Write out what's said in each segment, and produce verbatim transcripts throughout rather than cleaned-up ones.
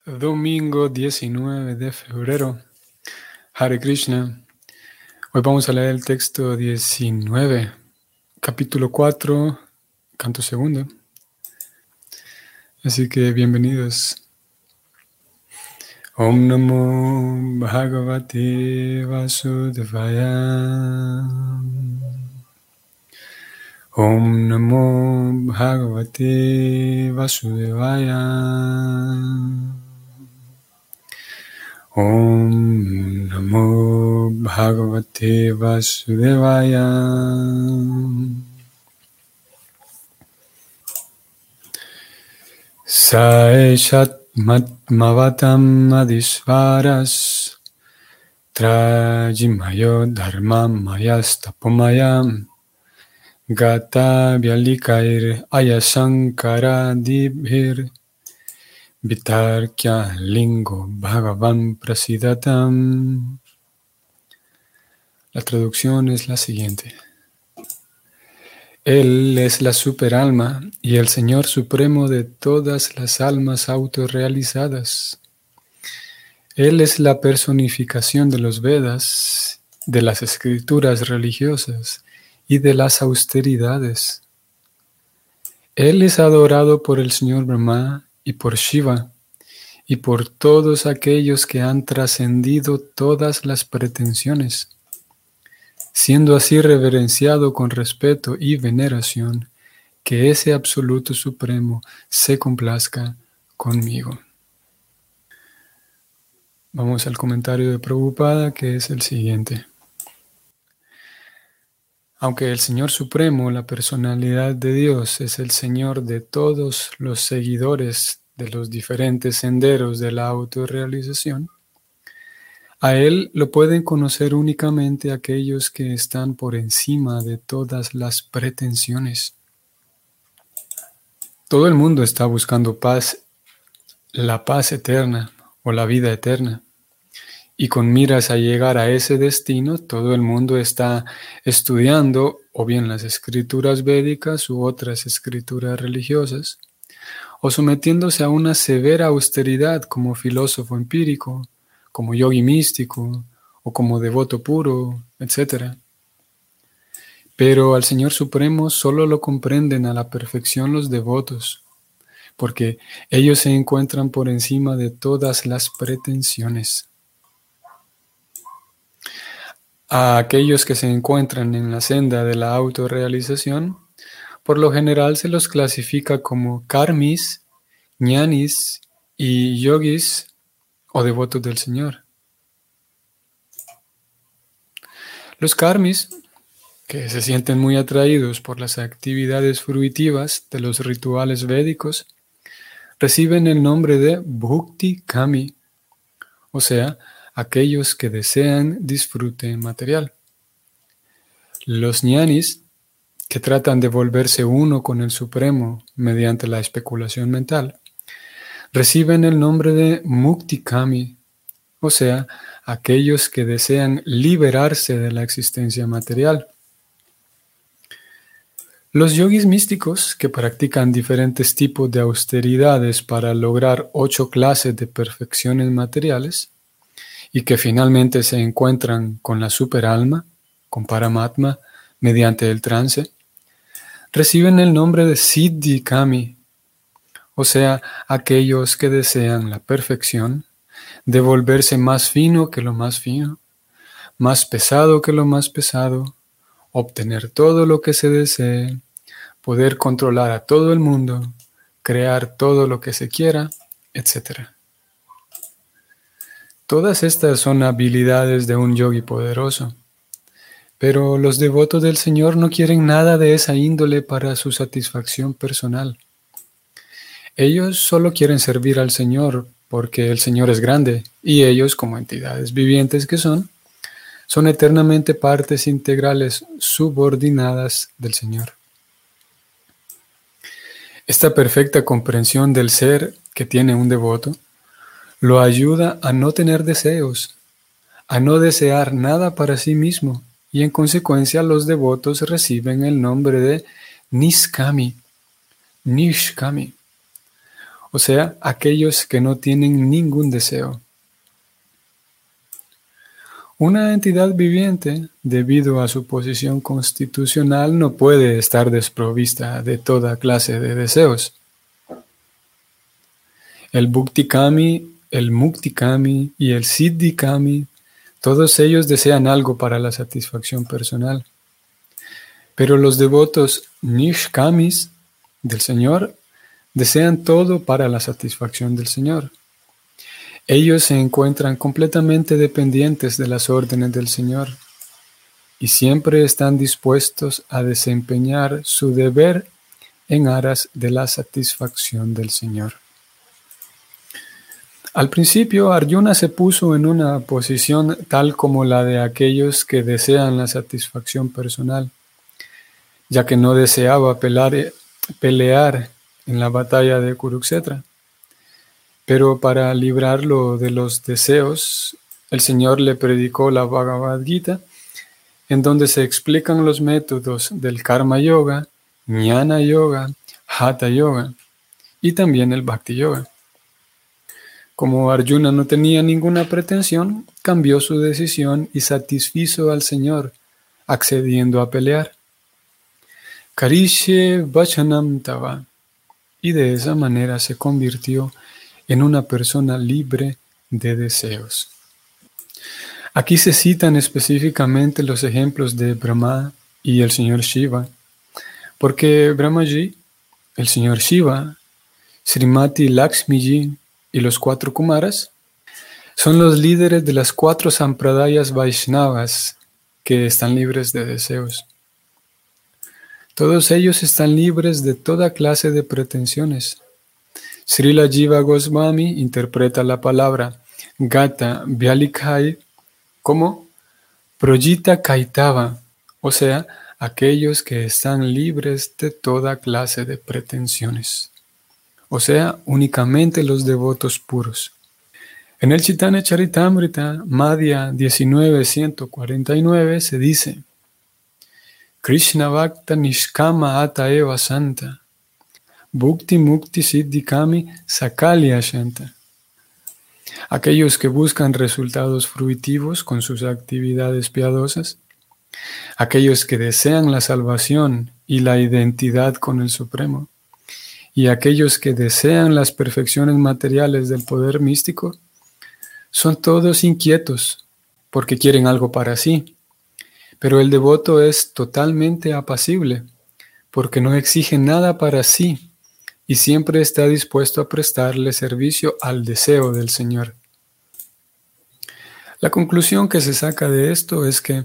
Domingo diecinueve de febrero. Hare Krishna. Hoy vamos a leer el texto diecinueve, capítulo cuatro, canto segundo. Así que bienvenidos. Om Namo Bhagavate Vasudevaya. Om Namo Bhagavate Vasudevaya. Om Namo Bhagavate Vasudevaya. Saeshat Matmavatam Adisvaras Trajimayo Dharmam Mayastapomayam Gata Vyalikair Ayasankara Dibhir Vitarkya Lingo Bhagavan Prasidatam. La traducción es la siguiente. Él es la superalma y el Señor supremo de todas las almas autorrealizadas. Él es la personificación de los Vedas, de las escrituras religiosas y de las austeridades. Él es adorado por el Señor Brahma y por Shiva, y por todos aquellos que han trascendido todas las pretensiones, siendo así reverenciado con respeto y veneración, que ese Absoluto Supremo se complazca conmigo. Vamos al comentario de Prabhupada, que es el siguiente. Aunque el Señor Supremo, la personalidad de Dios, es el Señor de todos los seguidores de los diferentes senderos de la autorrealización, a Él lo pueden conocer únicamente aquellos que están por encima de todas las pretensiones. Todo el mundo está buscando paz, la paz eterna o la vida eterna. Y con miras a llegar a ese destino, todo el mundo está estudiando o bien las escrituras védicas u otras escrituras religiosas, o sometiéndose a una severa austeridad como filósofo empírico, como yogi místico o como devoto puro, etcétera. Pero al Señor Supremo solo lo comprenden a la perfección los devotos, porque ellos se encuentran por encima de todas las pretensiones. A aquellos que se encuentran en la senda de la autorrealización, por lo general se los clasifica como karmis, ñanis y yogis o devotos del Señor. Los karmis, que se sienten muy atraídos por las actividades fruitivas de los rituales védicos, reciben el nombre de bhukti kami, o sea, aquellos que desean disfrute material. Los ñanis, que tratan de volverse uno con el Supremo mediante la especulación mental, reciben el nombre de mukti kami, o sea, aquellos que desean liberarse de la existencia material. Los yogis místicos, que practican diferentes tipos de austeridades para lograr ocho clases de perfecciones materiales, y que finalmente se encuentran con la superalma, con Paramatma, mediante el trance, reciben el nombre de Siddhi Kami, o sea, aquellos que desean la perfección, de volverse más fino que lo más fino, más pesado que lo más pesado, obtener todo lo que se desee, poder controlar a todo el mundo, crear todo lo que se quiera, etcétera. Todas estas son habilidades de un yogi poderoso, pero los devotos del Señor no quieren nada de esa índole para su satisfacción personal. Ellos solo quieren servir al Señor porque el Señor es grande y ellos, como entidades vivientes que son, son eternamente partes integrales subordinadas del Señor. Esta perfecta comprensión del ser que tiene un devoto lo ayuda a no tener deseos, a no desear nada para sí mismo, y en consecuencia los devotos reciben el nombre de Niskami, Nishkami, o sea, aquellos que no tienen ningún deseo. Una entidad viviente, debido a su posición constitucional, no puede estar desprovista de toda clase de deseos. El Bhukti-kami, el Mukti-kami y el Siddhi-kami, todos ellos desean algo para la satisfacción personal. Pero los devotos Nishkamis del Señor desean todo para la satisfacción del Señor. Ellos se encuentran completamente dependientes de las órdenes del Señor y siempre están dispuestos a desempeñar su deber en aras de la satisfacción del Señor. Al principio, Arjuna se puso en una posición tal como la de aquellos que desean la satisfacción personal, ya que no deseaba pelear, pelear en la batalla de Kurukshetra. Pero para librarlo de los deseos, el Señor le predicó la Bhagavad Gita, en donde se explican los métodos del Karma Yoga, Jnana Yoga, Hatha Yoga y también el Bhakti Yoga. Como Arjuna no tenía ninguna pretensión, cambió su decisión y satisfizo al Señor, accediendo a pelear. Karishe Vachanam Tava. Y de esa manera se convirtió en una persona libre de deseos. Aquí se citan específicamente los ejemplos de Brahma y el señor Shiva, porque Brahmaji, el señor Shiva, Srimati Lakshmiji y los cuatro Kumaras son los líderes de las cuatro Sampradayas Vaishnavas que están libres de deseos. Todos ellos están libres de toda clase de pretensiones. Srila Jiva Goswami interpreta la palabra Gata Vyalikai como Projita Kaitava, o sea, aquellos que están libres de toda clase de pretensiones, o sea, únicamente los devotos puros. En el Chaitanya Charitamrita, Madhya diecinueve ciento cuarenta y nueve, se dice: Krishna Bhakta Nishkama Ata Eva Santa, Bhukti Mukti Siddhi Kami Sakalya Shanta. Aquellos que buscan resultados fruitivos con sus actividades piadosas, aquellos que desean la salvación y la identidad con el Supremo, y aquellos que desean las perfecciones materiales del poder místico, son todos inquietos porque quieren algo para sí. Pero el devoto es totalmente apacible porque no exige nada para sí y siempre está dispuesto a prestarle servicio al deseo del Señor. La conclusión que se saca de esto es que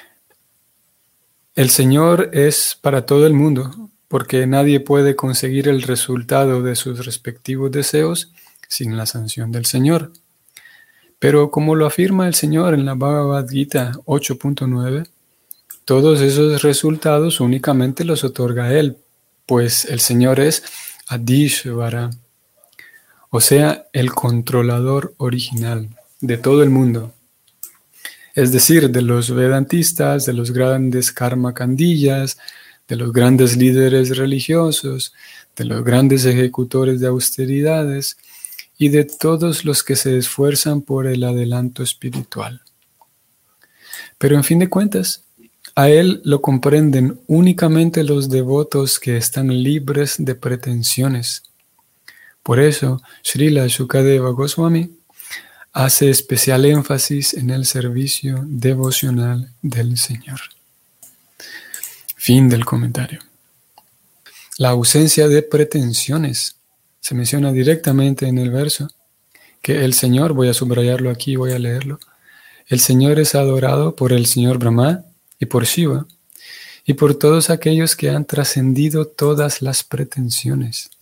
el Señor es para todo el mundo, porque nadie puede conseguir el resultado de sus respectivos deseos sin la sanción del Señor. Pero como lo afirma el Señor en la Bhagavad Gita ocho punto nueve, todos esos resultados únicamente los otorga Él, pues el Señor es Adishvara, o sea, el controlador original de todo el mundo. Es decir, de los vedantistas, de los grandes karma kandiyas, de los grandes líderes religiosos, de los grandes ejecutores de austeridades y de todos los que se esfuerzan por el adelanto espiritual. Pero en fin de cuentas, a Él lo comprenden únicamente los devotos que están libres de pretensiones. Por eso, Srila Shukadeva Goswami hace especial énfasis en el servicio devocional del Señor. Fin del comentario. La ausencia de pretensiones se menciona directamente en el verso que el Señor, voy a subrayarlo aquí, voy a leerlo, el Señor es adorado por el Señor Brahma y por Shiva y por todos aquellos que han trascendido todas las pretensiones.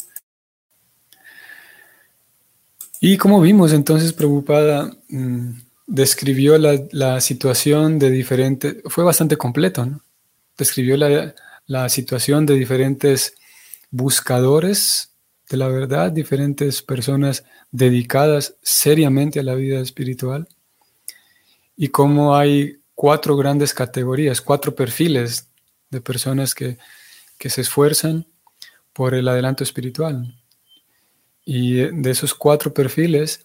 Y como vimos, entonces Prabhupada mmm, describió la, la situación de diferentes, fue bastante completo, ¿no? Describió la, la situación de diferentes buscadores de la verdad, diferentes personas dedicadas seriamente a la vida espiritual, y cómo hay cuatro grandes categorías, cuatro perfiles de personas que, que se esfuerzan por el adelanto espiritual. Y de esos cuatro perfiles,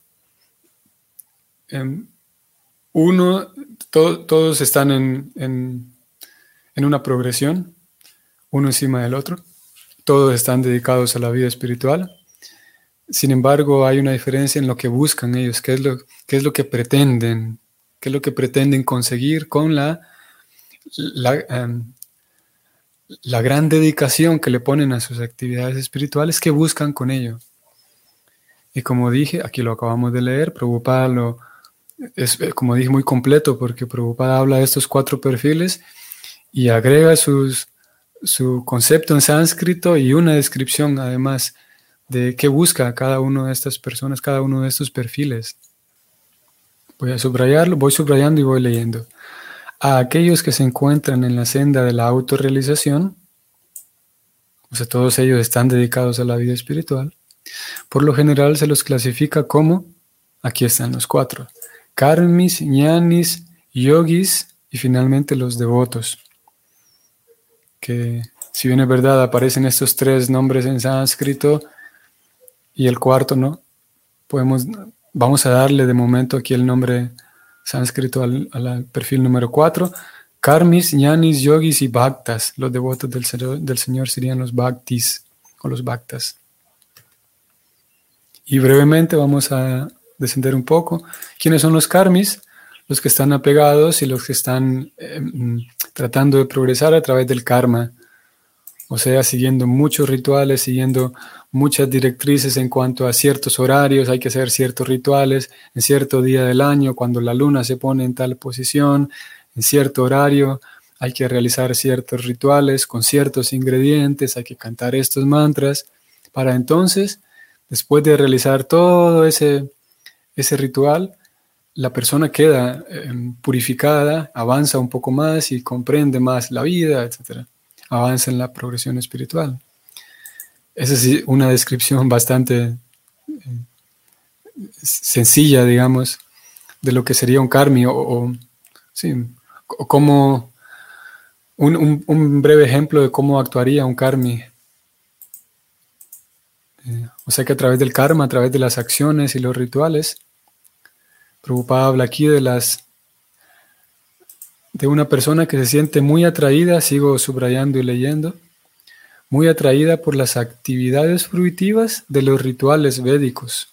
um, uno, to, todos están en, en, en una progresión, uno encima del otro. Todos están dedicados a la vida espiritual. Sin embargo, hay una diferencia en lo que buscan ellos, qué es lo, qué es lo que pretenden, qué es lo que pretenden conseguir con la, la, um, la gran dedicación que le ponen a sus actividades espirituales, que buscan con ello. Y como dije, aquí lo acabamos de leer, Prabhupada lo, es, como dije, muy completo, porque Prabhupada habla de estos cuatro perfiles y agrega sus, su concepto en sánscrito y una descripción además de qué busca cada una de estas personas, cada uno de estos perfiles. Voy a subrayarlo, voy subrayando y voy leyendo. A aquellos que se encuentran en la senda de la autorrealización, o sea, todos ellos están dedicados a la vida espiritual, por lo general se los clasifica como, aquí están los cuatro, karmis, ñanis, yogis y finalmente los devotos. Que si bien es verdad aparecen estos tres nombres en sánscrito y el cuarto no, podemos, vamos a darle de momento aquí el nombre sánscrito al, al perfil número cuatro, karmis, ñanis, yogis y bhaktas. Los devotos del, del Señor serían los bhaktis o los bhaktas. Y brevemente vamos a descender un poco. ¿Quiénes son los karmis? Los que están apegados y los que están eh, tratando de progresar a través del karma. O sea, siguiendo muchos rituales, siguiendo muchas directrices en cuanto a ciertos horarios. Hay que hacer ciertos rituales en cierto día del año, cuando la luna se pone en tal posición, en cierto horario. Hay que realizar ciertos rituales con ciertos ingredientes. Hay que cantar estos mantras para entonces, después de realizar todo ese, ese ritual, la persona queda eh, purificada, avanza un poco más y comprende más la vida, etcétera. Avanza en la progresión espiritual. Esa es una descripción bastante eh, sencilla, digamos, de lo que sería un karmi, o, o, sí, o como un, un, un breve ejemplo de cómo actuaría un karmi. Eh, o sea que a través del karma, a través de las acciones y los rituales, Prabhupada habla aquí de las de una persona que se siente muy atraída, sigo subrayando y leyendo, muy atraída por las actividades fruitivas de los rituales védicos.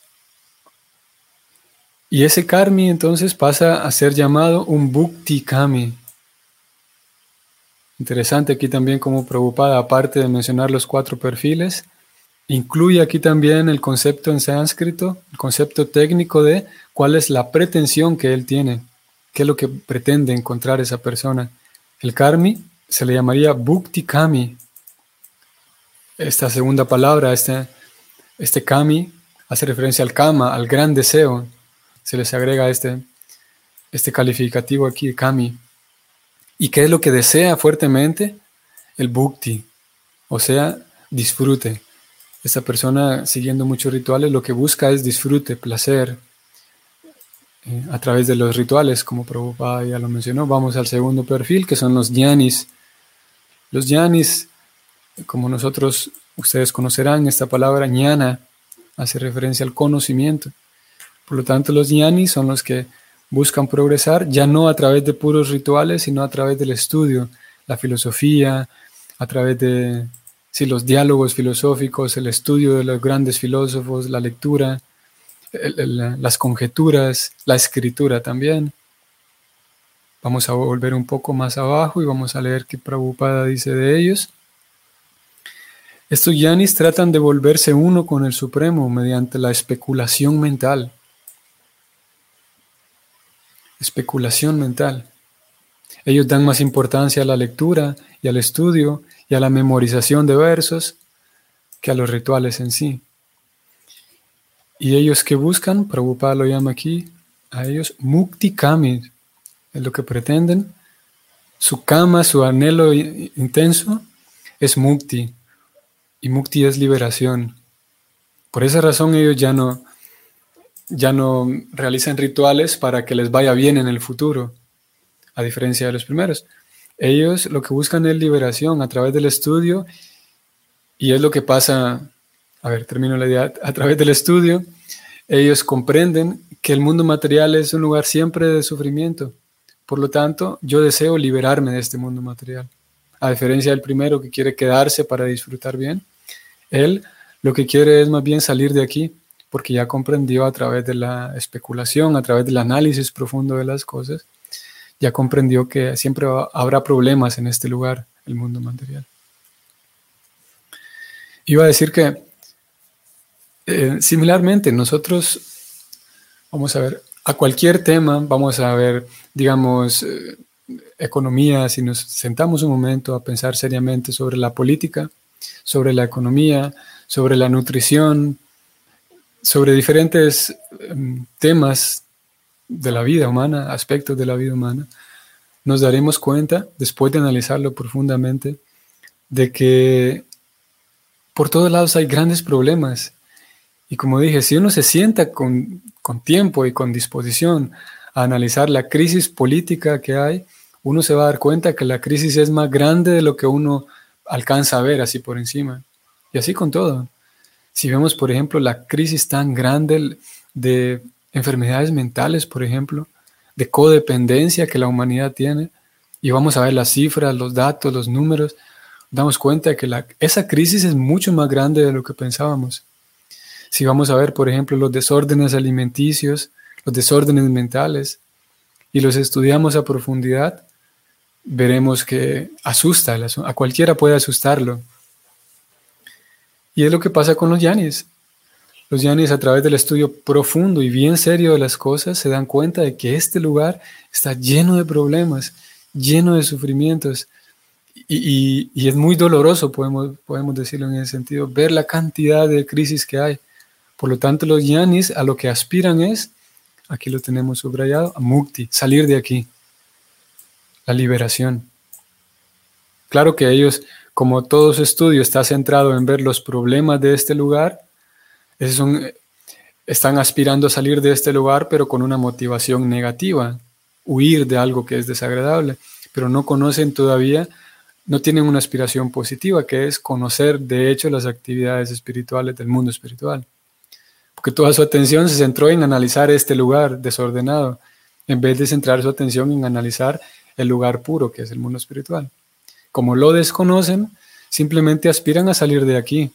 Y ese karmi entonces pasa a ser llamado un bhukti kami. Interesante aquí también como Prabhupada, aparte de mencionar los cuatro perfiles, incluye aquí también el concepto en sánscrito, el concepto técnico de cuál es la pretensión que él tiene, qué es lo que pretende encontrar esa persona. El karmi se le llamaría bhukti kami. Esta segunda palabra, este, este kami, hace referencia al kama, al gran deseo. Se les agrega este, este calificativo aquí, kami. ¿Y qué es lo que desea fuertemente? El bhukti, o sea, disfrute. Esta persona, siguiendo muchos rituales, lo que busca es disfrute, placer, eh, a través de los rituales, como Prabhupada ya lo mencionó. Vamos al segundo perfil, que son los jnanis. Los jnanis, como nosotros, ustedes conocerán, esta palabra jnana hace referencia al conocimiento. Por lo tanto, los jnanis son los que buscan progresar, ya no a través de puros rituales, sino a través del estudio, la filosofía, a través de sí, los diálogos filosóficos, el estudio de los grandes filósofos, la lectura, el, el, las conjeturas, la escritura también. Vamos a volver un poco más abajo y vamos a leer qué Prabhupada dice de ellos. Estos jnanis tratan de volverse uno con el Supremo mediante la especulación mental. Especulación mental. Ellos dan más importancia a la lectura y al estudio y a la memorización de versos que a los rituales en sí. Y ellos que buscan, Prabhupada lo llama aquí, a ellos mukti kami, es lo que pretenden. Su kama, su anhelo intenso es mukti, y mukti es liberación. Por esa razón ellos ya no, ya no realizan rituales para que les vaya bien en el futuro, a diferencia de los primeros. Ellos lo que buscan es liberación a través del estudio, y es lo que pasa a ver, termino la idea, a través del estudio, ellos comprenden que el mundo material es un lugar siempre de sufrimiento. Por lo tanto, yo deseo liberarme de este mundo material. A diferencia del primero que quiere quedarse para disfrutar bien, él lo que quiere es más bien salir de aquí, porque ya comprendió a través de la especulación, a través del análisis profundo de las cosas, ya comprendió que siempre va, habrá problemas en este lugar, el mundo material. Iba a decir que, eh, similarmente, nosotros, vamos a ver, a cualquier tema, vamos a ver, digamos, eh, economía, si nos sentamos un momento a pensar seriamente sobre la política, sobre la economía, sobre la nutrición, sobre diferentes um, temas de la vida humana, aspectos de la vida humana, nos daremos cuenta, después de analizarlo profundamente, de que por todos lados hay grandes problemas. Y como dije, si uno se sienta con, con tiempo y con disposición a analizar la crisis política que hay, uno se va a dar cuenta que la crisis es más grande de lo que uno alcanza a ver así por encima. Y así con todo. Si vemos, por ejemplo, la crisis tan grande de enfermedades mentales, por ejemplo, de codependencia que la humanidad tiene, y vamos a ver las cifras, los datos, los números, damos cuenta de que la, esa crisis es mucho más grande de lo que pensábamos. Si vamos a ver, por ejemplo, los desórdenes alimenticios, los desórdenes mentales, y los estudiamos a profundidad, veremos que asusta, a cualquiera puede asustarlo. Y es lo que pasa con los yanis. Los yanis, a través del estudio profundo y bien serio de las cosas, se dan cuenta de que este lugar está lleno de problemas, lleno de sufrimientos, y, y, y es muy doloroso, podemos, podemos decirlo en ese sentido, ver la cantidad de crisis que hay. Por lo tanto, los yanis a lo que aspiran es, aquí lo tenemos subrayado, a mukti, salir de aquí, la liberación. Claro que ellos, como todo su estudio está centrado en ver los problemas de este lugar, esos son, están aspirando a salir de este lugar, pero con una motivación negativa, huir de algo que es desagradable, pero no conocen todavía, no tienen una aspiración positiva, que es conocer de hecho las actividades espirituales del mundo espiritual. Porque toda su atención se centró en analizar este lugar desordenado, en vez de centrar su atención en analizar el lugar puro, que es el mundo espiritual. Como lo desconocen, simplemente aspiran a salir de aquí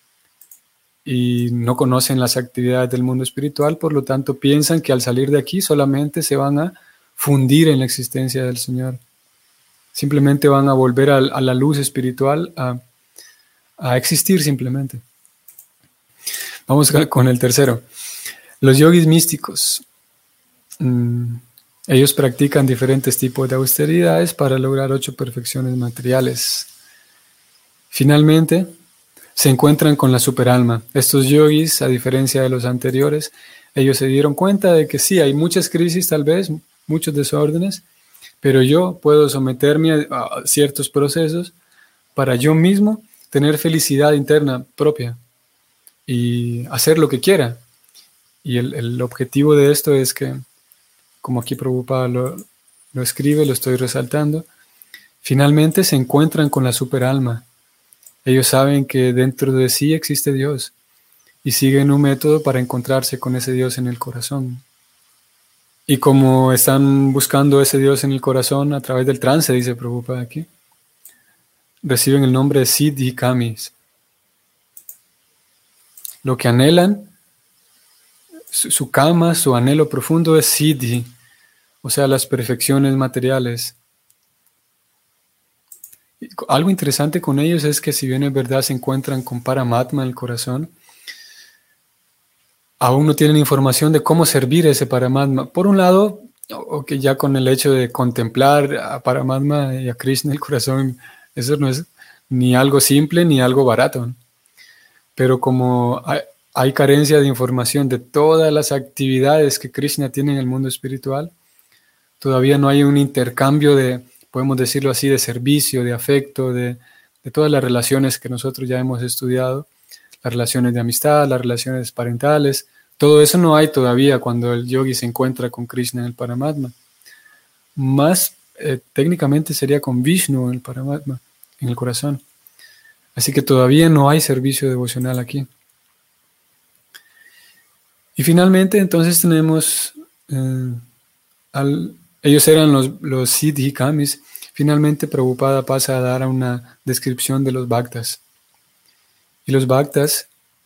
y no conocen las actividades del mundo espiritual, por lo tanto piensan que al salir de aquí solamente se van a fundir en la existencia del Señor. Simplemente van a volver a, a la luz espiritual, a, a existir simplemente. Vamos con el tercero. Los yogis místicos. Mm, ellos practican diferentes tipos de austeridades para lograr ocho perfecciones materiales. Finalmente, se encuentran con la superalma. Estos yogis, a diferencia de los anteriores, ellos se dieron cuenta de que sí, hay muchas crisis tal vez, muchos desórdenes, pero yo puedo someterme a, a ciertos procesos para yo mismo tener felicidad interna propia y hacer lo que quiera. Y el, el objetivo de esto es que, como aquí Prabhupada lo, lo escribe, lo estoy resaltando, finalmente se encuentran con la superalma. Ellos saben que dentro de sí existe Dios y siguen un método para encontrarse con ese Dios en el corazón. Y como están buscando ese Dios en el corazón a través del trance, dice Prabhupada aquí, reciben el nombre de Siddhi Kamis. Lo que anhelan, su, su kama, su anhelo profundo es Siddhi, o sea, las perfecciones materiales. Y algo interesante con ellos es que si bien es verdad se encuentran con Paramatma en el corazón, aún no tienen información de cómo servir a ese Paramatma. Por un lado, o que ya con el hecho de contemplar a Paramatma y a Krishna en el corazón, eso no es ni algo simple ni algo barato. Pero como hay, hay carencia de información de todas las actividades que Krishna tiene en el mundo espiritual, todavía no hay un intercambio de, podemos decirlo así, de servicio, de afecto, de, de todas las relaciones que nosotros ya hemos estudiado, las relaciones de amistad, las relaciones parentales, todo eso no hay todavía cuando el yogi se encuentra con Krishna en el Paramatma. Más eh, técnicamente sería con Vishnu en el Paramatma, en el corazón. Así que todavía no hay servicio devocional aquí. Y finalmente entonces tenemos, eh, al, ellos eran los, los Siddhikamis. Finalmente Prabhupada pasa a dar una descripción de los Bhaktas. Y los Bhaktas,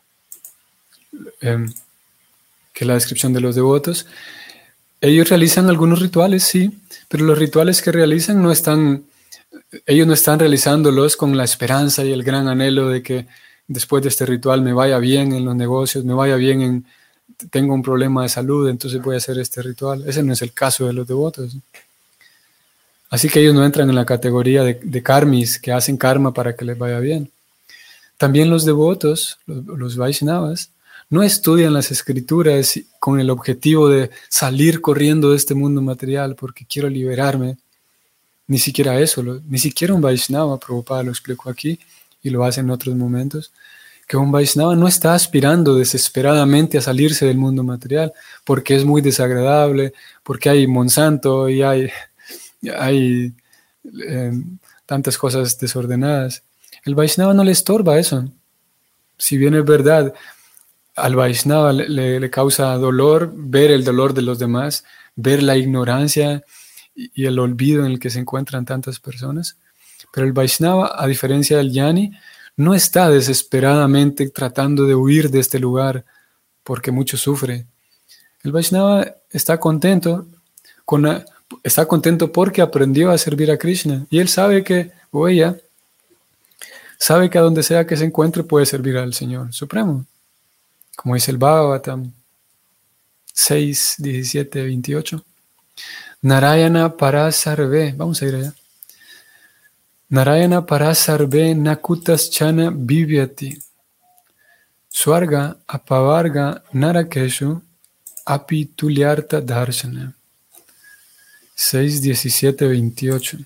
eh, que es la descripción de los devotos, ellos realizan algunos rituales, sí, pero los rituales que realizan no están, ellos no están realizándolos con la esperanza y el gran anhelo de que después de este ritual me vaya bien en los negocios, me vaya bien en, tengo un problema de salud, entonces voy a hacer este ritual. Ese no es el caso de los devotos. Así que ellos no entran en la categoría de, de karmis, que hacen karma para que les vaya bien. También los devotos, los, los Vaishnavas, no estudian las escrituras con el objetivo de salir corriendo de este mundo material porque quiero liberarme. Ni siquiera eso, lo, ni siquiera un Vaishnava, Prabhupada lo explicó aquí y lo hace en otros momentos, que un Vaishnava no está aspirando desesperadamente a salirse del mundo material porque es muy desagradable, porque hay Monsanto y hay, hay eh, tantas cosas desordenadas. El Vaishnava no le estorba eso. Si bien es verdad, al Vaishnava le, le, le causa dolor ver el dolor de los demás, ver la ignorancia y, y el olvido en el que se encuentran tantas personas. Pero el Vaishnava, a diferencia del Jnani, no está desesperadamente tratando de huir de este lugar porque mucho sufre. El Vaishnava está contento, con la, está contento porque aprendió a servir a Krishna y él sabe que, o ella, sabe que a donde sea que se encuentre puede servir al Señor Supremo. Como dice el Bhagavatam seis, diecisiete, veintiocho. Narayana parasarve. Vamos a ir allá. Narayana parasarve nakutas chana vivyati. Swarga apavarga narakeshu api tulyarta darshana. seis, diecisiete, veintiocho.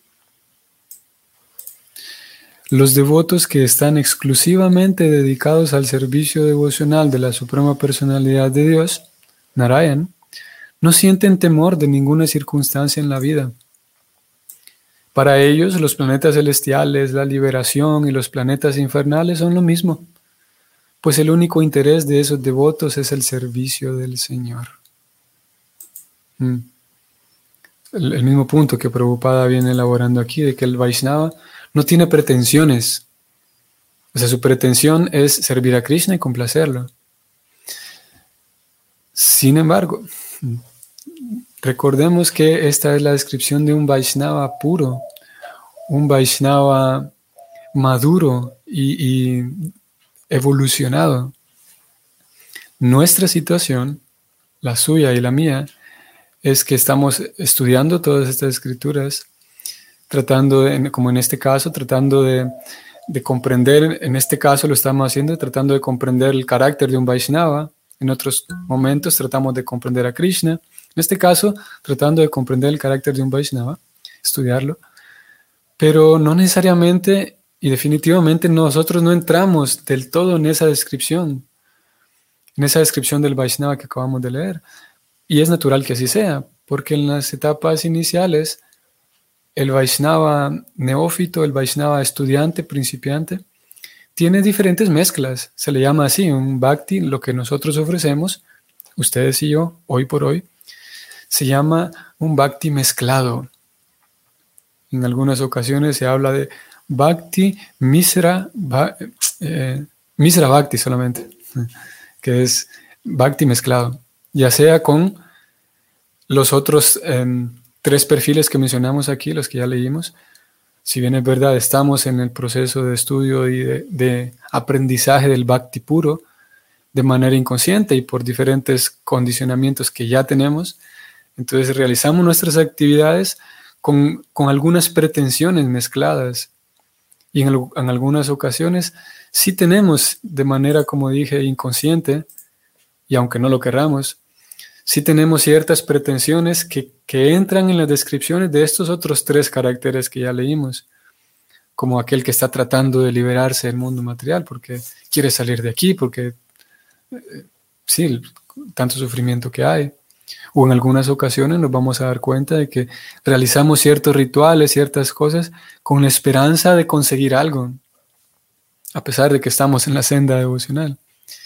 Los devotos que están exclusivamente dedicados al servicio devocional de la Suprema Personalidad de Dios, Narayan, no sienten temor de ninguna circunstancia en la vida. Para ellos, los planetas celestiales, la liberación y los planetas infernales son lo mismo, pues el único interés de esos devotos es el servicio del Señor. Mm. El, el mismo punto que Prabhupada viene elaborando aquí, de que el Vaishnava no tiene pretensiones. O sea, su pretensión es servir a Krishna y complacerlo. Sin embargo, recordemos que esta es la descripción de un Vaishnava puro, un Vaishnava maduro y, y evolucionado. Nuestra situación, la suya y la mía, es que estamos estudiando todas estas escrituras, tratando, de, como en este caso, tratando de, de comprender, en este caso lo estamos haciendo, tratando de comprender el carácter de un Vaishnava. En otros momentos tratamos de comprender a Krishna. En este caso, tratando de comprender el carácter de un Vaishnava, estudiarlo. Pero no necesariamente y definitivamente nosotros no entramos del todo en esa descripción, en esa descripción del Vaishnava que acabamos de leer. Y es natural que así sea, porque en las etapas iniciales, el Vaishnava neófito, el Vaishnava estudiante, principiante, tiene diferentes mezclas. Se le llama así, un bhakti, lo que nosotros ofrecemos, ustedes y yo, hoy por hoy, se llama un bhakti mezclado. En algunas ocasiones se habla de bhakti misra, eh, misra bhakti solamente, que es bhakti mezclado, ya sea con los otros eh, tres perfiles que mencionamos aquí, los que ya leímos. Si bien es verdad, estamos en el proceso de estudio y de, de aprendizaje del bhakti puro de manera inconsciente y por diferentes condicionamientos que ya tenemos, entonces realizamos nuestras actividades con, con algunas pretensiones mezcladas y en, en algunas ocasiones sí tenemos de manera, como dije, inconsciente, y aunque no lo querramos, sí tenemos ciertas pretensiones que, que entran en las descripciones de estos otros tres caracteres que ya leímos, como aquel que está tratando de liberarse del mundo material porque quiere salir de aquí, porque eh, sí, tanto sufrimiento que hay. O en algunas ocasiones nos vamos a dar cuenta de que realizamos ciertos rituales, ciertas cosas, con la esperanza de conseguir algo, a pesar de que estamos en la senda devocional.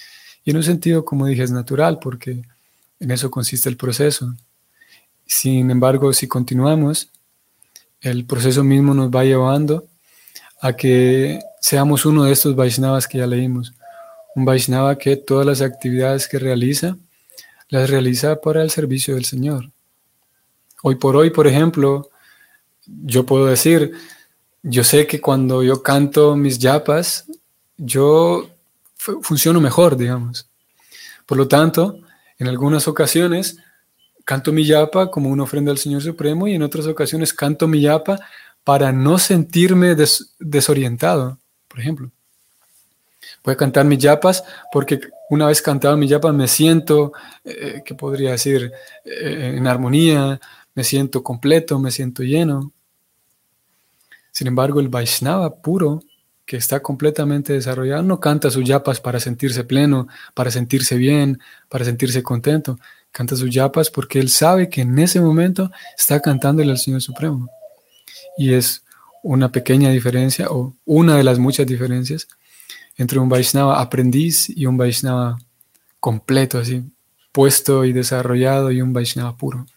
Y en un sentido, como dije, es natural porque en eso consiste el proceso. Sin embargo, si continuamos, el proceso mismo nos va llevando a que seamos uno de estos Vaishnavas que ya leímos. Un Vaishnava que todas las actividades que realiza, las realiza para el servicio del Señor. Hoy por hoy, por ejemplo, yo puedo decir, yo sé que cuando yo canto mis yapas, yo f- funciono mejor, digamos. Por lo tanto, en algunas ocasiones canto mi yapa como una ofrenda al Señor Supremo y en otras ocasiones canto mi yapa para no sentirme des- desorientado, por ejemplo. Voy a cantar mis yapas porque una vez cantado mis yapas me siento, eh, ¿qué podría decir?, eh, en armonía, me siento completo, me siento lleno. Sin embargo, el Vaishnava puro, que está completamente desarrollado, no canta sus yapas para sentirse pleno, para sentirse bien, para sentirse contento. Canta sus yapas porque él sabe que en ese momento está cantándole al Señor Supremo. Y es una pequeña diferencia, o una de las muchas diferencias, entre un Vaishnava aprendiz y un Vaishnava completo, así, puesto y desarrollado, y un Vaishnava puro.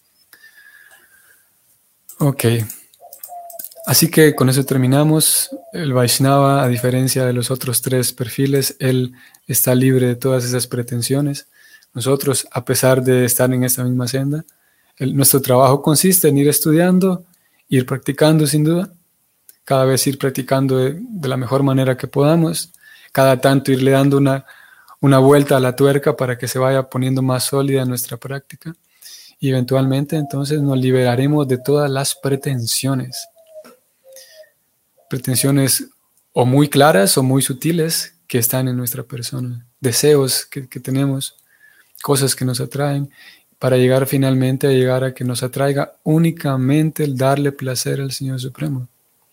Ok. Así que con eso terminamos. El Vaishnava, a diferencia de los otros tres perfiles, él está libre de todas esas pretensiones. Nosotros, a pesar de estar en esta misma senda, el, nuestro trabajo consiste en ir estudiando, ir practicando sin duda, cada vez ir practicando de, de la mejor manera que podamos, cada tanto irle dando una, una vuelta a la tuerca para que se vaya poniendo más sólida nuestra práctica. Y eventualmente entonces nos liberaremos de todas las pretensiones. Pretensiones o muy claras o muy sutiles que están en nuestra persona, deseos que, que tenemos, cosas que nos atraen, para llegar finalmente a llegar a que nos atraiga únicamente el darle placer al Señor Supremo.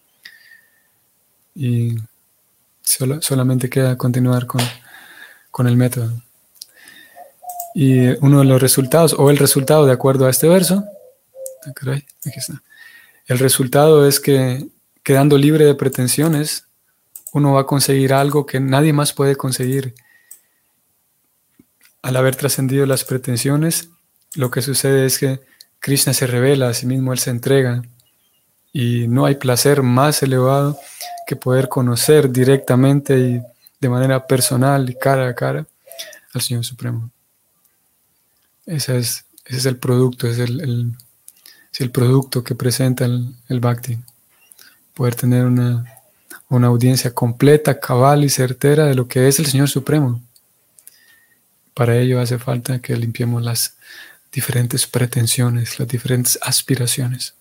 Y solo, solamente queda continuar con, con el método. Y uno de los resultados, o el resultado de acuerdo a este verso, ah, caray, aquí está. El resultado es que quedando libre de pretensiones, uno va a conseguir algo que nadie más puede conseguir. Al haber trascendido las pretensiones, lo que sucede es que Krishna se revela a sí mismo, él se entrega. Y no hay placer más elevado que poder conocer directamente y de manera personal y cara a cara al Señor Supremo. Ese es, ese es el producto, es el, el, es el producto que presenta el, el Bhakti. Poder tener una, una audiencia completa, cabal y certera de lo que es el Señor Supremo. Para ello hace falta que limpiemos las diferentes pretensiones, las diferentes aspiraciones.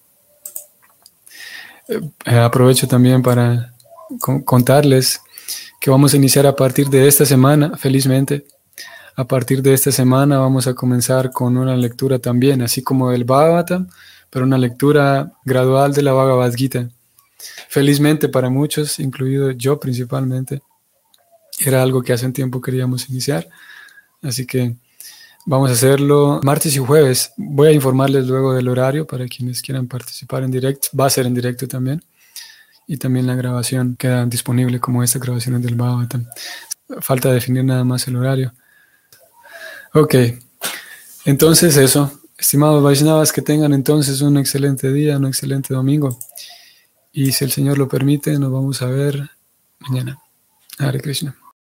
Eh, aprovecho también para con, contarles que vamos a iniciar a partir de esta semana, felizmente. A partir de esta semana vamos a comenzar con una lectura también, así como del Bhagavatam, pero una lectura gradual de la Bhagavad Gita. Felizmente para muchos, incluido yo principalmente, era algo que hace un tiempo queríamos iniciar. Así que vamos a hacerlo martes y jueves. Voy a informarles luego del horario para quienes quieran participar en directo. Va a ser en directo también. Y también la grabación queda disponible como esta grabación del Bhagavatam. Falta definir nada más el horario. Ok, entonces eso. Estimados Vaishnavas, que tengan entonces un excelente día, un excelente domingo. Y si el Señor lo permite, nos vamos a ver mañana. Hare Krishna.